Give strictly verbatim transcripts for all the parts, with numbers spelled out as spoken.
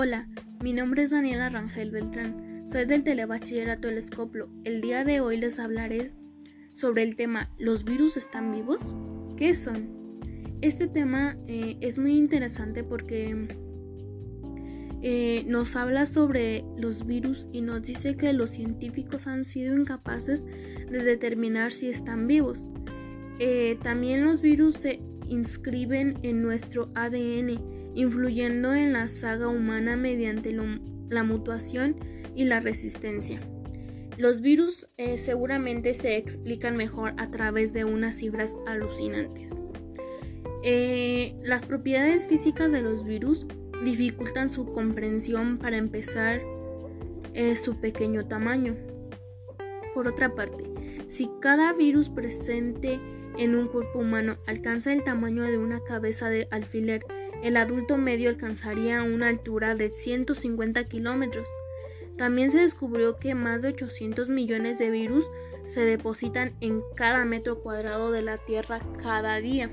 Hola, mi nombre es Daniela Rangel Beltrán, soy del Telebachillerato El Escoplo. El día de hoy les hablaré sobre el tema ¿los virus están vivos? ¿Qué son? Este tema eh, es muy interesante porque eh, nos habla sobre los virus y nos dice que los científicos han sido incapaces de determinar si están vivos. Eh, también los virus se inscriben en nuestro A D N, influyendo en la saga humana mediante lo, la mutación y la resistencia. Los virus eh, seguramente se explican mejor a través de unas cifras alucinantes. Eh, las propiedades físicas de los virus dificultan su comprensión. Para empezar, eh, su pequeño tamaño. Por otra parte, si cada virus presente en un cuerpo humano alcanza el tamaño de una cabeza de alfiler, el adulto medio alcanzaría una altura de ciento cincuenta kilómetros. También se descubrió que más de ochocientos millones de virus se depositan en cada metro cuadrado de la Tierra cada día.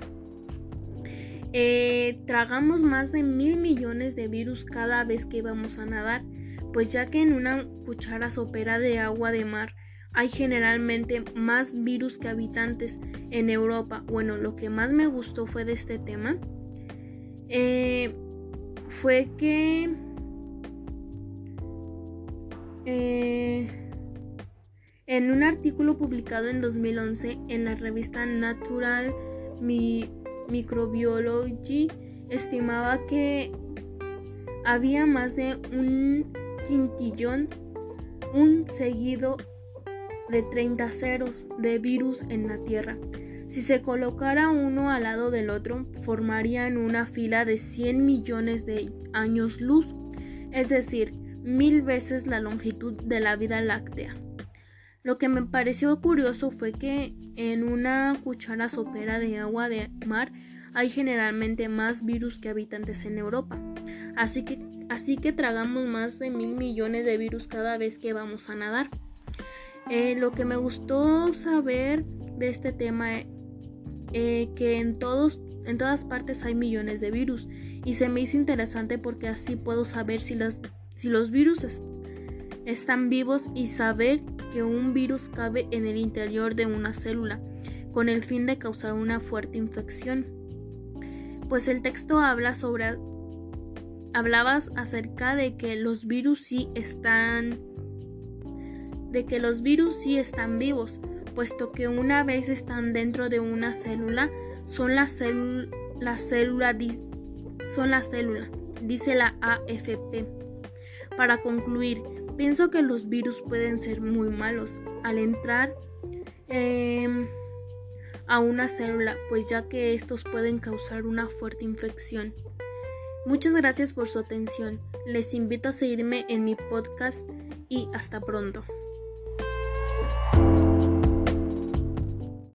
Eh, tragamos más de mil millones de virus cada vez que vamos a nadar, pues ya que en una cuchara sopera de agua de mar hay generalmente más virus que habitantes en Europa. Bueno, lo que más me gustó fue de este tema eh, fue que eh, en un artículo publicado en dos mil once en la revista Natural Mi- Microbiology estimaba que había más de un quintillón, un seguido de treinta ceros de virus en la Tierra. Si se colocara uno al lado del otro, formarían una fila de cien millones de años luz, es decir, mil veces la longitud de la Vía Láctea. Lo que me pareció curioso fue que en una cuchara sopera de agua de mar hay generalmente más virus que habitantes en Europa. Así que, así que tragamos más de mil millones de virus cada vez que vamos a nadar. Eh, lo que me gustó saber de este tema es eh, que en, todos, en todas partes hay millones de virus, y se me hizo interesante porque así puedo saber si, las, si los virus es, están vivos y saber que un virus cabe en el interior de una célula con el fin de causar una fuerte infección. Pues el texto habla sobre hablabas acerca de que los virus sí están de que los virus sí están vivos, puesto que una vez están dentro de una célula, son la célula, la célula dis, son la célula, dice la A F P. Para concluir, pienso que los virus pueden ser muy malos al entrar eh, a una célula, pues ya que estos pueden causar una fuerte infección. Muchas gracias por su atención. Les invito a seguirme en mi podcast y hasta pronto.